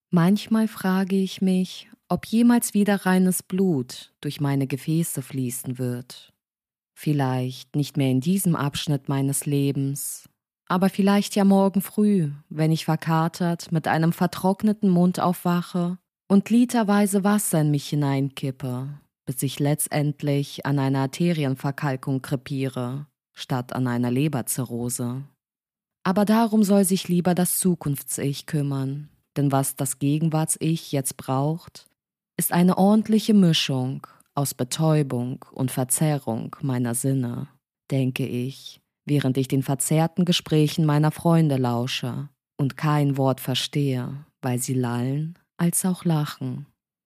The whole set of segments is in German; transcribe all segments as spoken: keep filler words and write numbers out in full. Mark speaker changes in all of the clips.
Speaker 1: Manchmal frage ich mich, ob jemals wieder reines Blut durch meine Gefäße fließen wird. Vielleicht nicht mehr in diesem Abschnitt meines Lebens, aber vielleicht ja morgen früh, wenn ich verkatert mit einem vertrockneten Mund aufwache und literweise Wasser in mich hineinkippe, bis ich letztendlich an einer Arterienverkalkung krepiere, statt an einer Leberzirrhose. Aber darum soll sich lieber das Zukunfts-Ich kümmern, denn was das Gegenwarts-Ich jetzt braucht, ist eine ordentliche Mischung aus Betäubung und Verzerrung meiner Sinne, denke ich, während ich den verzerrten Gesprächen meiner Freunde lausche und kein Wort verstehe, weil sie lallen als auch lachen.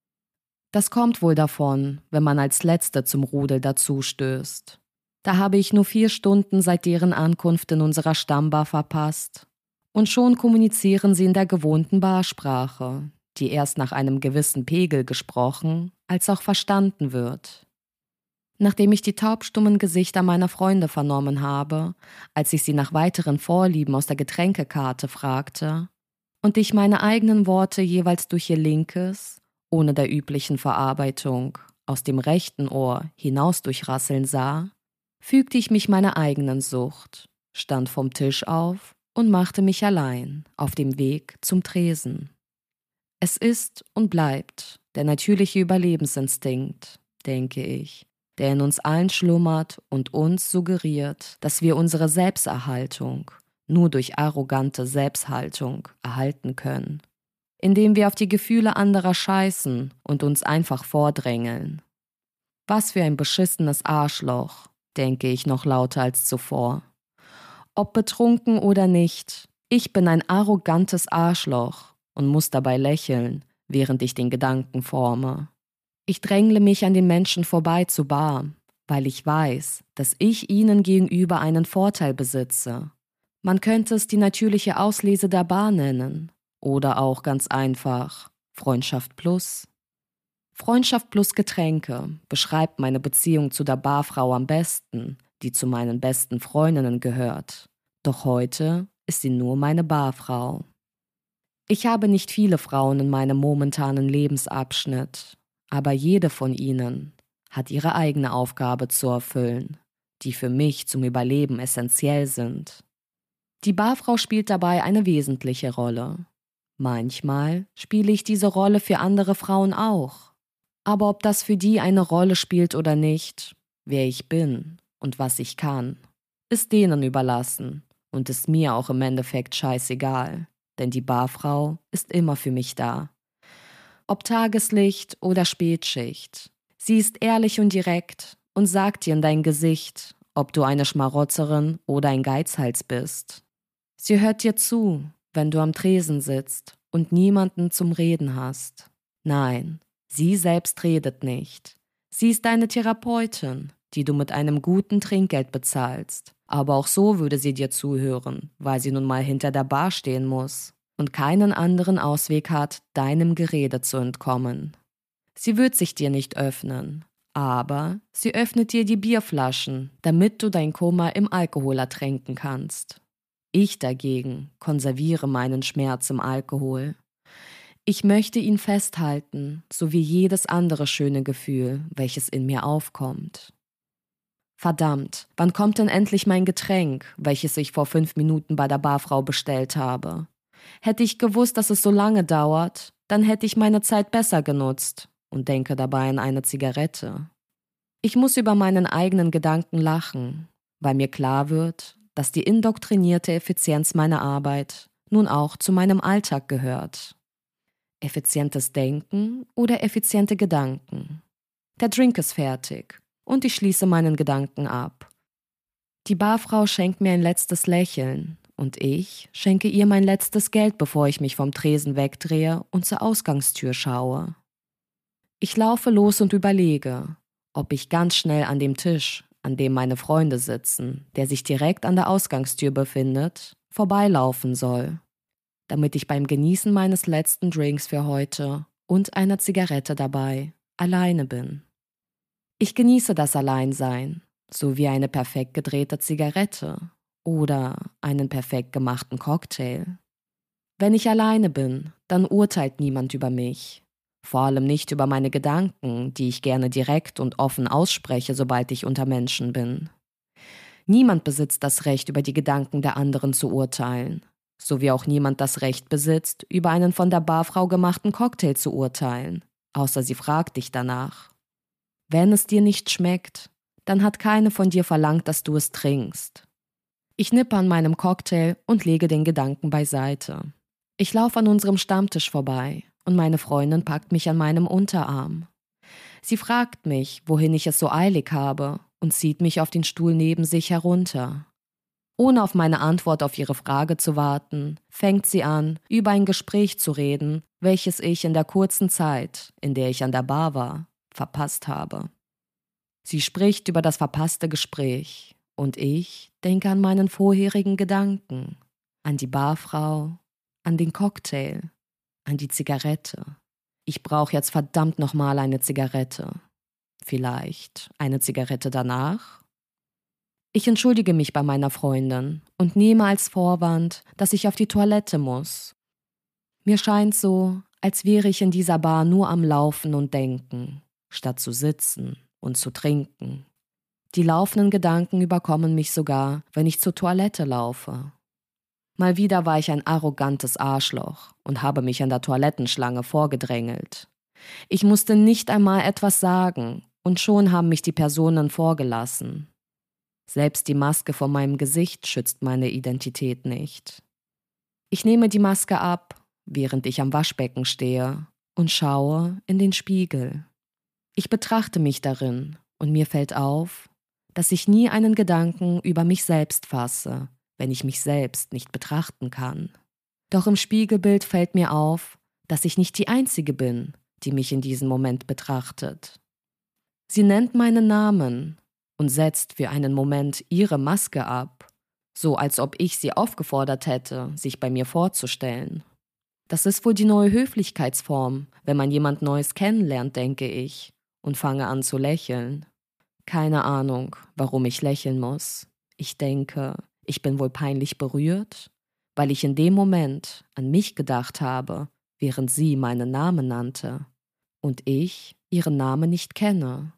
Speaker 1: Das kommt wohl davon, wenn man als Letzte zum Rudel dazustößt. Da habe ich nur vier Stunden seit deren Ankunft in unserer Stammbar verpasst. Und schon kommunizieren sie in der gewohnten Barsprache, die erst nach einem gewissen Pegel gesprochen, als auch verstanden wird. Nachdem ich die taubstummen Gesichter meiner Freunde vernommen habe, als ich sie nach weiteren Vorlieben aus der Getränkekarte fragte, und ich meine eigenen Worte jeweils durch ihr linkes, ohne der üblichen Verarbeitung, aus dem rechten Ohr hinaus durchrasseln sah, fügte ich mich meiner eigenen Sucht, stand vom Tisch auf und machte mich allein auf dem Weg zum Tresen. Es ist und bleibt der natürliche Überlebensinstinkt, denke ich, der in uns allen schlummert und uns suggeriert, dass wir unsere Selbsterhaltung nur durch arrogante Selbsthaltung erhalten können, indem wir auf die Gefühle anderer scheißen und uns einfach vordrängeln. Was für ein beschissenes Arschloch, denke ich noch lauter als zuvor. Ob betrunken oder nicht, ich bin ein arrogantes Arschloch und muss dabei lächeln, während ich den Gedanken forme. Ich drängle mich an den Menschen vorbei zur Bar, weil ich weiß, dass ich ihnen gegenüber einen Vorteil besitze. Man könnte es die natürliche Auslese der Bar nennen oder auch ganz einfach Freundschaft plus. Freundschaft plus Getränke beschreibt meine Beziehung zu der Barfrau am besten, die zu meinen besten Freundinnen gehört. Doch heute ist sie nur meine Barfrau. Ich habe nicht viele Frauen in meinem momentanen Lebensabschnitt, aber jede von ihnen hat ihre eigene Aufgabe zu erfüllen, die für mich zum Überleben essentiell sind. Die Barfrau spielt dabei eine wesentliche Rolle. Manchmal spiele ich diese Rolle für andere Frauen auch. Aber ob das für die eine Rolle spielt oder nicht, wer ich bin und was ich kann, ist denen überlassen und ist mir auch im Endeffekt scheißegal, denn die Barfrau ist immer für mich da. Ob Tageslicht oder Spätschicht, sie ist ehrlich und direkt und sagt dir in dein Gesicht, ob du eine Schmarotzerin oder ein Geizhals bist. Sie hört dir zu, wenn du am Tresen sitzt und niemanden zum Reden hast. Nein, sie selbst redet nicht. Sie ist deine Therapeutin, die du mit einem guten Trinkgeld bezahlst. Aber auch so würde sie dir zuhören, weil sie nun mal hinter der Bar stehen muss und keinen anderen Ausweg hat, deinem Gerede zu entkommen. Sie wird sich dir nicht öffnen, aber sie öffnet dir die Bierflaschen, damit du dein Kummer im Alkohol ertränken kannst. Ich dagegen konserviere meinen Schmerz im Alkohol. Ich möchte ihn festhalten, so wie jedes andere schöne Gefühl, welches in mir aufkommt. Verdammt, wann kommt denn endlich mein Getränk, welches ich vor fünf Minuten bei der Barfrau bestellt habe? Hätte ich gewusst, dass es so lange dauert, dann hätte ich meine Zeit besser genutzt und denke dabei an eine Zigarette. Ich muss über meinen eigenen Gedanken lachen, weil mir klar wird, dass die indoktrinierte Effizienz meiner Arbeit nun auch zu meinem Alltag gehört. Effizientes Denken oder effiziente Gedanken? Der Drink ist fertig und ich schließe meinen Gedanken ab. Die Barfrau schenkt mir ein letztes Lächeln und ich schenke ihr mein letztes Geld, bevor ich mich vom Tresen wegdrehe und zur Ausgangstür schaue. Ich laufe los und überlege, ob ich ganz schnell an dem Tisch, an dem meine Freunde sitzen, der sich direkt an der Ausgangstür befindet, vorbeilaufen soll, damit ich beim Genießen meines letzten Drinks für heute und einer Zigarette dabei alleine bin. Ich genieße das Alleinsein, so wie eine perfekt gedrehte Zigarette oder einen perfekt gemachten Cocktail. Wenn ich alleine bin, dann urteilt niemand über mich. Vor allem nicht über meine Gedanken, die ich gerne direkt und offen ausspreche, sobald ich unter Menschen bin. Niemand besitzt das Recht, über die Gedanken der anderen zu urteilen, so wie auch niemand das Recht besitzt, über einen von der Barfrau gemachten Cocktail zu urteilen, außer sie fragt dich danach. Wenn es dir nicht schmeckt, dann hat keine von dir verlangt, dass du es trinkst. Ich nippe an meinem Cocktail und lege den Gedanken beiseite. Ich laufe an unserem Stammtisch vorbei und meine Freundin packt mich an meinem Unterarm. Sie fragt mich, wohin ich es so eilig habe, und zieht mich auf den Stuhl neben sich herunter. Ohne auf meine Antwort auf ihre Frage zu warten, fängt sie an, über ein Gespräch zu reden, welches ich in der kurzen Zeit, in der ich an der Bar war, verpasst habe. Sie spricht über das verpasste Gespräch und ich denke an meinen vorherigen Gedanken, an die Barfrau, an den Cocktail, an die Zigarette. Ich brauche jetzt verdammt nochmal eine Zigarette. Vielleicht eine Zigarette danach? Ich entschuldige mich bei meiner Freundin und nehme als Vorwand, dass ich auf die Toilette muss. Mir scheint so, als wäre ich in dieser Bar nur am Laufen und Denken, statt zu sitzen und zu trinken. Die laufenden Gedanken überkommen mich sogar, wenn ich zur Toilette laufe. Mal wieder war ich ein arrogantes Arschloch und habe mich an der Toilettenschlange vorgedrängelt. Ich musste nicht einmal etwas sagen und schon haben mich die Personen vorgelassen. Selbst die Maske vor meinem Gesicht schützt meine Identität nicht. Ich nehme die Maske ab, während ich am Waschbecken stehe und schaue in den Spiegel. Ich betrachte mich darin und mir fällt auf, dass ich nie einen Gedanken über mich selbst fasse, wenn ich mich selbst nicht betrachten kann. Doch im Spiegelbild fällt mir auf, dass ich nicht die Einzige bin, die mich in diesem Moment betrachtet. Sie nennt meinen Namen und setzt für einen Moment ihre Maske ab, so als ob ich sie aufgefordert hätte, sich bei mir vorzustellen. Das ist wohl die neue Höflichkeitsform, wenn man jemand Neues kennenlernt, denke ich, und fange an zu lächeln. Keine Ahnung, warum ich lächeln muss. Ich denke, ich bin wohl peinlich berührt, weil ich in dem Moment an mich gedacht habe, während sie meinen Namen nannte und ich ihren Namen nicht kenne,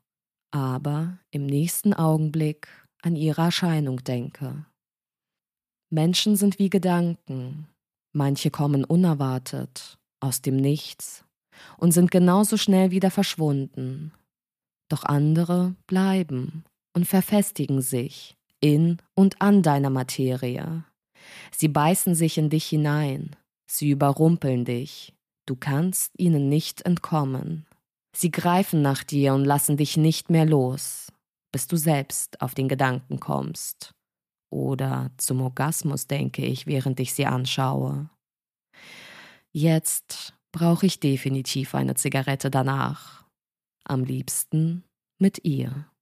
Speaker 1: aber im nächsten Augenblick an ihre Erscheinung denke. Menschen sind wie Gedanken. Manche kommen unerwartet, aus dem Nichts und sind genauso schnell wieder verschwunden. Doch andere bleiben und verfestigen sich in und an deiner Materie. Sie beißen sich in dich hinein, sie überrumpeln dich, du kannst ihnen nicht entkommen. Sie greifen nach dir und lassen dich nicht mehr los, bis du selbst auf den Gedanken kommst. Oder zum Orgasmus, denke ich, während ich sie anschaue. Jetzt brauche ich definitiv eine Zigarette danach. Am liebsten mit ihr.